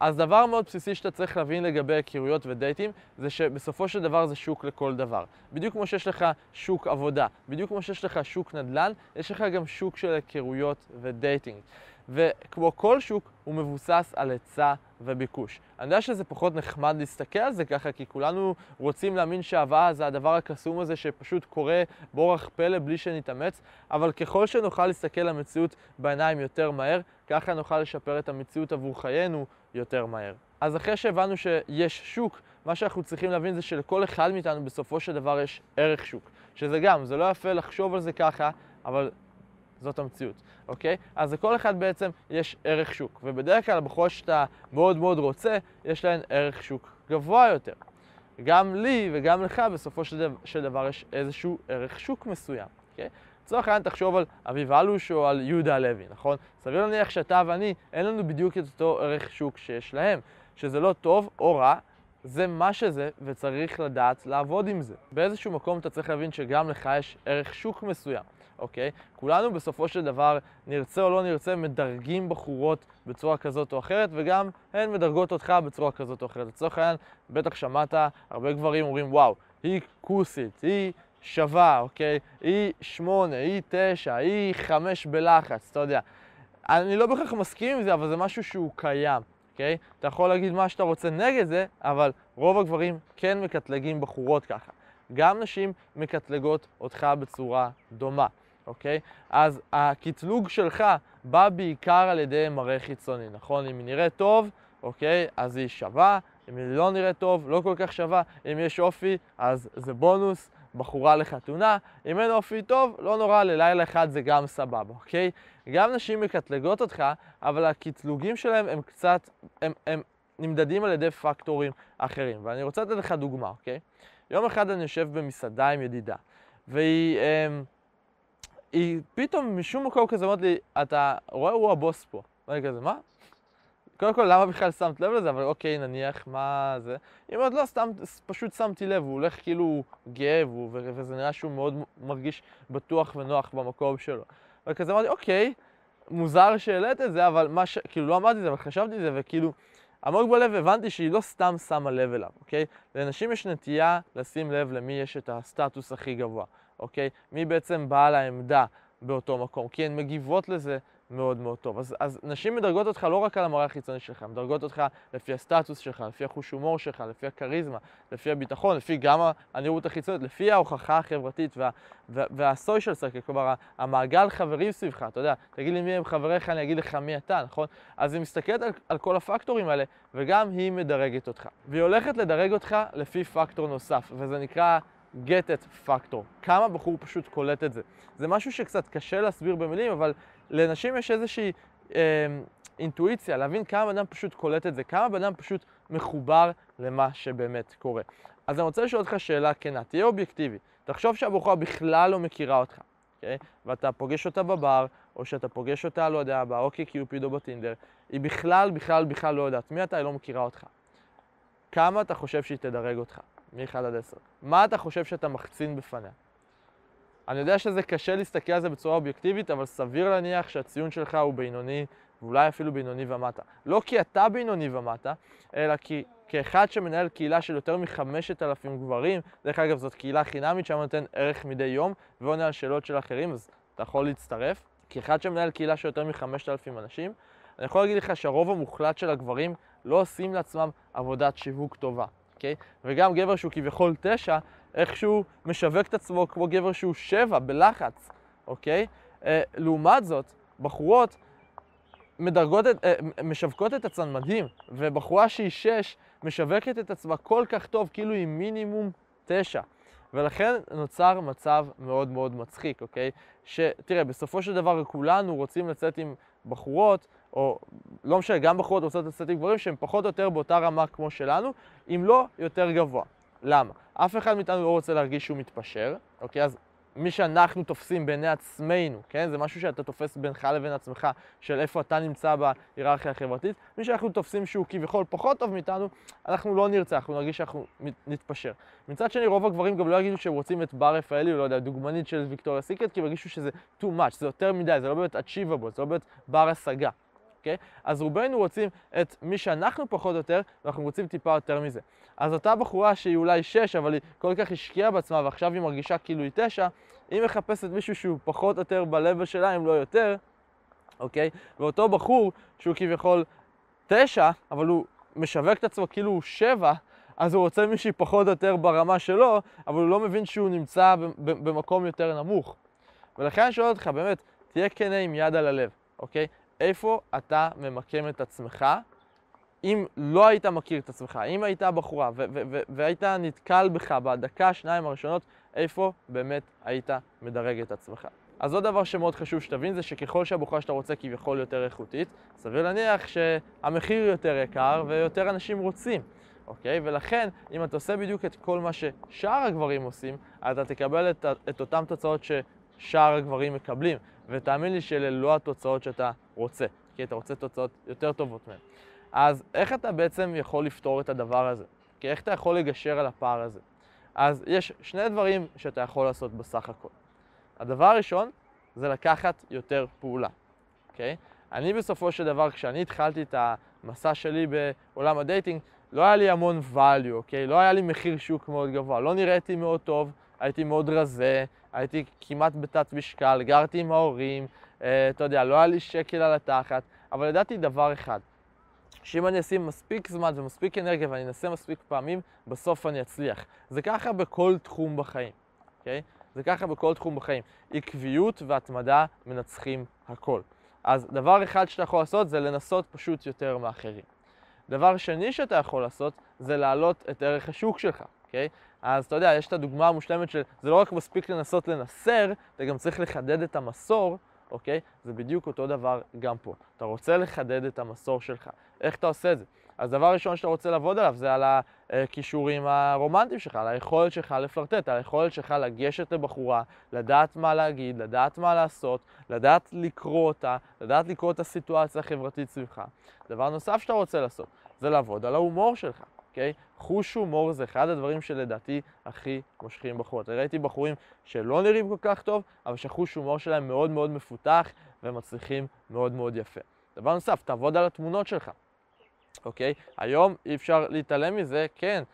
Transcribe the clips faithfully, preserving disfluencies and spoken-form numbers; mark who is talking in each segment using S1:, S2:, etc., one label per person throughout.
S1: אז דבר מאוד בסיסי שאתה צריך להבין לגבי היכרויות ודייטים, זה שבסופו של דבר זה שוק לכל דבר. בדיוק כמו שיש לך שוק עבודה, בדיוק כמו שיש לך שוק נדל"ן, יש לך גם שוק של היכרויות ודייטינג. וכמו כל שוק, הוא מבוסס על היצע וביקוש. אני יודע שזה פחות נחמד להסתכל על זה ככה, כי כולנו רוצים להאמין שהאהבה זה הדבר הקסום הזה שפשוט קורה באורח פלא בלי שנתאמץ, אבל ככל שנוכל להסתכל על המציאות בעיניים יותר מהר, ככה נוכל לשפר את המציאות עבור חיינו יותר מהר. אז אחרי שהבנו שיש שוק, מה שאנחנו צריכים להבין זה שלכל אחד מאיתנו בסופו של דבר יש ערך שוק. שזה גם, זה לא יפה לחשוב על זה ככה, אבל זאת המציאות, אוקיי? אז לכל אחד בעצם יש ערך שוק, ובדרך כלל בכל שאתה מאוד מאוד רוצה, יש להן ערך שוק גבוה יותר. גם לי וגם לך בסופו של דבר, של דבר יש איזשהו ערך שוק מסוים, אוקיי? לצורך העניין תחשוב על אביב אלוש או על יהודה הלוי, נכון? סביר להניח שאתה ואני, אין לנו בדיוק את אותו ערך שוק שיש להם, שזה לא טוב או רע, זה מה שזה, וצריך לדעת לעבוד עם זה. באיזשהו מקום אתה צריך להבין שגם לך יש ערך שוק מסוים. אוקיי? כולנו בסופו של דבר, נרצה או לא נרצה, מדרגים בחורות בצורה כזאת או אחרת, וגם הן מדרגות אותך בצורה כזאת או אחרת. לצורך העניין, בטח שמעת, הרבה גברים אומרים, וואו, היא כוסית, היא שווה, אוקיי? היא שמונה, היא תשע, היא חמש בלחץ, אתה יודע. אני לא בכך מסכים עם זה, אבל זה משהו שהוא קיים, אוקיי? אתה יכול להגיד מה שאתה רוצה נגד זה, אבל רוב הגברים כן מקטלגים בחורות ככה. גם נשים מקטלגות אותך בצורה דומה. אוקיי? אז הקטלוג שלך בא בעיקר על ידי מראה חיצוני, נכון? אם היא נראית טוב, אוקיי? אז היא שווה, אם היא לא נראית טוב, לא כל כך שווה. אם יש אופי, אז זה בונוס, בחורה לחתונה. אם אין אופי טוב, לא נורא, ללילה אחד זה גם סבבה, אוקיי? גם נשים מקטלגות אותך, אבל הקטלוגים שלהם הם קצת, הם, הם נמדדים על ידי פקטורים אחרים. ואני רוצה לתת לך דוגמה, אוקיי? יום אחד אני יושב במסעדה עם ידידה, והיא... היא פתאום משום מקום כזה אומרת לי, אתה רואה, הוא הבוס פה. ואני כזה, מה? קודם כל, למה בכלל שמת לב לזה? אבל אוקיי, נניח, מה זה? היא אומרת, לא, סתם, פשוט שמתי לב, הוא הולך כאילו גאה, וזה נראה שהוא מאוד מרגיש בטוח ונוח במקום שלו. וכזה אמרתי, אוקיי, מוזר שהעלית את זה, אבל מה ש... כאילו, לא אמרתי את זה, אבל חשבתי את זה, וכאילו, עמוק בלב הבנתי שהיא לא סתם שמה לב אליו, אוקיי? לאנשים יש נטייה לשים לב למי יש את הסטטוס הכי גבוה. אוקיי? מי בעצם בעל העמדה באותו מקום, כי הן מגיבות לזה מאוד מאוד טוב. אז, אז נשים מדרגות אותך לא רק על המראה החיצוני שלך, מדרגות אותך לפי הסטטוס שלך, לפי החוש הומור שלך, לפי הכריזמה, לפי הביטחון, לפי גם הנראות החיצונית, לפי ההוכחה החברתית וה, וה, והסושיאל סרקל, כלומר המעגל חברים סביבך, אתה יודע, תגיד לי מי הם חבריך, אני אגיד לך מי אתה, נכון? אז היא מסתכלת על, על כל הפקטורים האלה, וגם היא מדרגת אותך. והיא הולכת לדרג אותך לפי פקטור נוסף, וזה נקרא get it factor. כמה בחור פשוט קולט את זה. זה משהו שקצת קשה להסביר במילים, אבל לנשים יש איזושהי אה, אינטואיציה, להבין כמה בן אדם פשוט קולט את זה, כמה בן אדם פשוט מחובר למה שבאמת קורה. אז אני רוצה לשאול אותך שאלה כנה, תהיה אובייקטיבי. תחשוב שהבחורה בכלל לא מכירה אותך, אוקיי? ואתה פוגש אותה בבר, או שאתה פוגש אותה, לא יודע, באוקי קיופיד או בטינדר, היא בכלל, בכלל, בכלל לא יודעת. מי אתה? היא לא מכירה אותך. כמה אתה חושב שהיא תדרג אותך? מ-אחד עד עשר. מה אתה חושב שאתה מחצין בפניה? אני יודע שזה קשה להסתכל על זה בצורה אובייקטיבית, אבל סביר להניח שהציון שלך הוא בינוני, ואולי אפילו בינוני ומטה. לא כי אתה בינוני ומטה, אלא כי כאחד שמנהל קהילה של יותר מ-חמשת אלפים גברים, דרך אגב זאת קהילה חינמית שם נותן ערך מדי יום, ועונה על שאלות של אחרים, אז אתה יכול להצטרף. כאחד שמנהל קהילה של יותר מ-חמשת אלפים אנשים, אני יכול להגיד לך שהרוב המוחלט של הגברים לא עושים לעצמם עבודת שיווק טובה. Okay? וגם גבר שהוא כביכול תשע, איכשהו משווק את עצמו כמו גבר שהוא שבע, בלחץ, אוקיי? Okay? Uh, לעומת זאת, בחורות מדרגות את, uh, משווקות את עצמן מדהים, ובחורה שהיא שש משווקת את עצמה כל כך טוב, כאילו היא מינימום תשע. ולכן נוצר מצב מאוד מאוד מצחיק, אוקיי? שתראה, בסופו של דבר כולנו רוצים לצאת עם בחורות, או לא משנה, גם בחורות רוצות לצאת עם גברים שהם פחות או יותר באותה רמה כמו שלנו, אם לא יותר גבוה. למה? אף אחד מאיתנו לא רוצה להרגיש שהוא מתפשר, אוקיי? אז מי שאנחנו תופסים בעיני עצמנו, כן? זה משהו שאתה תופס בינך לבין עצמך, של איפה אתה נמצא בהיררכיה החברתית. מי שאנחנו תופסים שהוא כביכול פחות טוב מאיתנו, אנחנו לא נרצה, אנחנו נרגיש שאנחנו נתפשר. מצד שני, רוב הגברים גם לא יגידו שהם רוצים את בר רפאלי, או לא יודע, דוגמנית של ויקטוריה סיקרט, כי הם ירגישו שזה too much, זה יותר מדי, זה לא באמת achievable, זה לא באמת בר השגה. אוקיי? אז רובנו רוצים את מי שאנחנו פחות או יותר, ואנחנו רוצים טיפה יותר מזה. אז אותה בחורה שהיא אולי שש, אבל היא כל כך השקיעה בעצמה, ועכשיו היא מרגישה כאילו היא תשע, היא מחפשת מישהו שהוא פחות או יותר בלבל שלה, אם לא יותר, אוקיי? ואותו בחור שהוא כביכול תשע, אבל הוא משווק את עצמו כאילו הוא שבע, אז הוא רוצה מישהי פחות או יותר ברמה שלו, אבל הוא לא מבין שהוא נמצא במקום יותר נמוך. ולכן אני שואל אותך, באמת, תהיה כנה עם יד על הלב, אוקיי? איפה אתה ממקם את עצמך, אם לא היית מכיר את עצמך, אם היית בחורה והיית נתקל בך בדקה, שניים הראשונות, איפה באמת היית מדרג את עצמך. אז עוד דבר שמאוד חשוב שתבין זה שככל שהבחורה שאתה רוצה כביכול יותר איכותית, סביר להניח שהמחיר יותר יקר ויותר אנשים רוצים, אוקיי? ולכן, אם אתה עושה בדיוק את כל מה ששאר הגברים עושים, אתה תקבל את, את אותם תוצאות ששאר הגברים מקבלים, ותאמין לי שאלה לא התוצאות שאתה רוצה, כי אתה רוצה תוצאות יותר טובות מהן. אז איך אתה בעצם יכול לפתור את הדבר הזה? כי איך אתה יכול לגשר על הפער הזה? אז יש שני דברים שאתה יכול לעשות בסך הכל. הדבר הראשון זה לקחת יותר פעולה, אוקיי? אני בסופו של דבר, כשאני התחלתי את המסע שלי בעולם הדייטינג, לא היה לי המון value, אוקיי? לא היה לי מחיר שוק מאוד גבוה, לא נראיתי מאוד טוב, הייתי מאוד רזה, הייתי כמעט בתת משקל, גרתי עם ההורים, אה, אתה יודע, לא היה לי שקל על התחת, אבל ידעתי דבר אחד, שאם אני אשים מספיק זמן ומספיק אנרגיה ואני אנסה מספיק פעמים, בסוף אני אצליח. זה ככה בכל תחום בחיים, אוקיי? זה ככה בכל תחום בחיים. עקביות והתמדה מנצחים הכל. אז דבר אחד שאתה יכול לעשות זה לנסות פשוט יותר מאחרים. דבר שני שאתה יכול לעשות זה להעלות את ערך השוק שלך, אוקיי? אז אתה יודע, יש את הדוגמה המושלמת של זה לא רק מספיק לנסות לנסר, אתה גם צריך לחדד את המסור, אוקיי? זה בדיוק אותו דבר גם פה. אתה רוצה לחדד את המסור שלך. איך אתה עושה את זה? אז דבר ראשון שאתה רוצה לעבוד עליו זה על הכישורים הרומנטיים שלך, על היכולת שלך לפלרטט, על היכולת שלך לגשת לבחורה, לדעת מה להגיד, לדעת מה לעשות, לדעת לקרוא אותה, לדעת לקרוא את הסיטואציה החברתית סביבך. דבר נוסף שאתה רוצה לעשות זה לעבוד על ההומור שלך, אוקיי? חוש הומור זה אחד הדברים שלדעתי הכי מושכים בחורות. ראיתי בחורים שלא נראים כל כך טוב, אבל שחוש הומור שלהם מאוד מאוד מפותח ומצליחים מאוד מאוד יפה. דבר נוסף, תעבוד על התמונות שלך. אוקיי? היום אי אפשר להתעלם מזה, כן.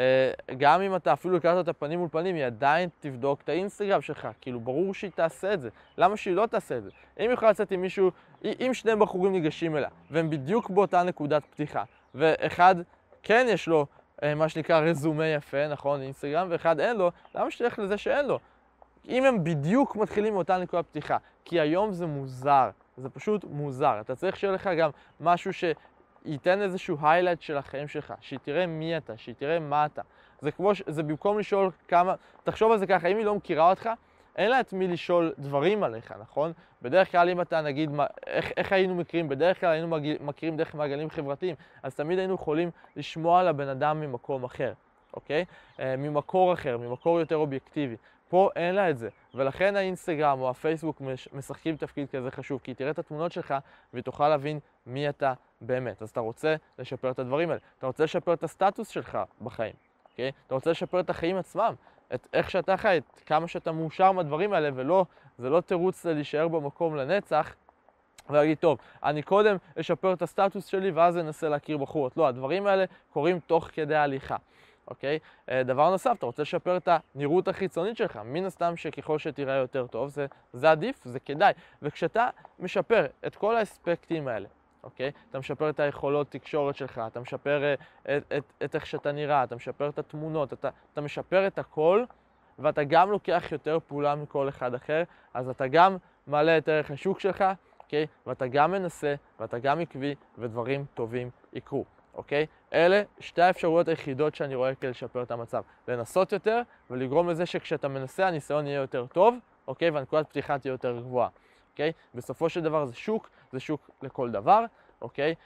S1: גם אם אתה אפילו לקחת את הפנים מול פנים, היא עדיין תבדוק את האינסטגרם שלך. כאילו, ברור שהיא תעשה את זה. למה שהיא לא תעשה את זה? אם יכולה לצאת עם מישהו, אם שני בחורים ניגשים אליה, והם בדיוק באותה נקודת פתיחה, ואחד כן יש לו מה שנקרא רזומה יפה, נכון, אינסטגרם, ואחד אין לו, למה שתלך לזה שאין לו? אם הם בדיוק מתחילים מאותה נקודת פתיחה, כי היום זה מוזר, זה פשוט מוזר. אתה צריך שיהיה לך גם משהו ש... ייתן איזשהו highlight של החיים שלך, שהיא תראה מי אתה, שהיא תראה מה אתה. זה כמו, ש... זה במקום לשאול כמה, תחשוב על זה ככה, אם היא לא מכירה אותך, אין לה את מי לשאול דברים עליך, נכון? בדרך כלל אם אתה נגיד, מה, איך, איך היינו מכירים? בדרך כלל היינו מגיל, מכירים דרך מעגלים חברתיים, אז תמיד היינו יכולים לשמוע על הבן אדם ממקום אחר, אוקיי? אה, ממקור אחר, ממקור יותר אובייקטיבי. פה אין לה את זה, ולכן האינסטגרם או הפייסבוק משחקים תפקיד כזה חשוב, כי היא תראה את התמונות שלך והיא תוכל להבין מי אתה באמת. אז אתה רוצה לשפר את הדברים האלה, אתה רוצה לשפר את הסטטוס שלך בחיים, אוקיי? אתה רוצה לשפר את החיים עצמם, את איך שאתה חי, את כמה שאתה מאושר מהדברים האלה, ולא, זה לא תירוץ להישאר במקום לנצח, ולהגיד, טוב, אני קודם אשפר את הסטטוס שלי ואז אנסה להכיר בחורות. לא, הדברים האלה קורים תוך כדי ההליכה. אוקיי? דבר נוסף, אתה רוצה לשפר את הנראות החיצונית שלך. מן הסתם שככל שתראה יותר טוב, זה, זה עדיף, זה כדאי. וכשאתה משפר את כל האספקטים האלה, אוקיי? אתה משפר את היכולות תקשורת שלך, אתה משפר את, את, את איך שאתה נראה, אתה משפר את התמונות, אתה, אתה משפר את הכל, ואתה גם לוקח יותר פעולה מכל אחד אחר, אז אתה גם מעלה את ערך השוק שלך, אוקיי? ואתה גם מנסה, ואתה גם עקבי, ודברים טובים יקרו. אוקיי? אלה שתי האפשרויות היחידות שאני רואה כדי לשפר את המצב. לנסות יותר ולגרום לזה שכשאתה מנסה הניסיון יהיה יותר טוב, אוקיי? והנקודת פתיחה תהיה יותר גבוהה, אוקיי? בסופו של דבר זה שוק, זה שוק לכל דבר, אוקיי?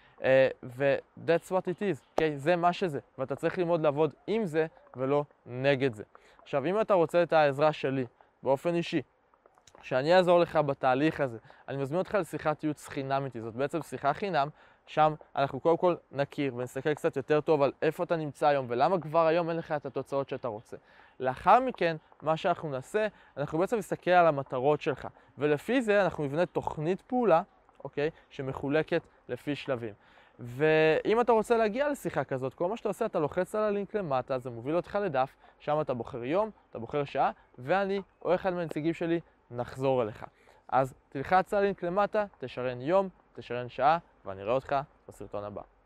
S1: ו-that's what it is, אוקיי? זה מה שזה, ואתה צריך ללמוד לעבוד עם זה ולא נגד זה. עכשיו, אם אתה רוצה את העזרה שלי באופן אישי, שאני אעזור לך בתהליך הזה, אני מזמין אותך לשיחת ייעוץ חינם איתי, זאת בעצם שיחה חינם, שם אנחנו קודם כל נכיר ונסתכל קצת יותר טוב על איפה אתה נמצא היום ולמה כבר היום אין לך את התוצאות שאתה רוצה. לאחר מכן, מה שאנחנו נעשה, אנחנו בעצם נסתכל על המטרות שלך, ולפי זה אנחנו נבנה תוכנית פעולה, אוקיי? שמחולקת לפי שלבים. ואם אתה רוצה להגיע לשיחה כזאת, כל מה שאתה עושה, אתה לוחץ על הלינק למטה, זה מוביל אותך לדף, שם אתה בוחר יום, אתה בוחר שעה, ואני או אחד מהנציגים שלי נחזור אליך. אז תלחץ על הלינק למטה, תשרן יום, תשרן שעה, ואני אראה אותך בסרטון הבא.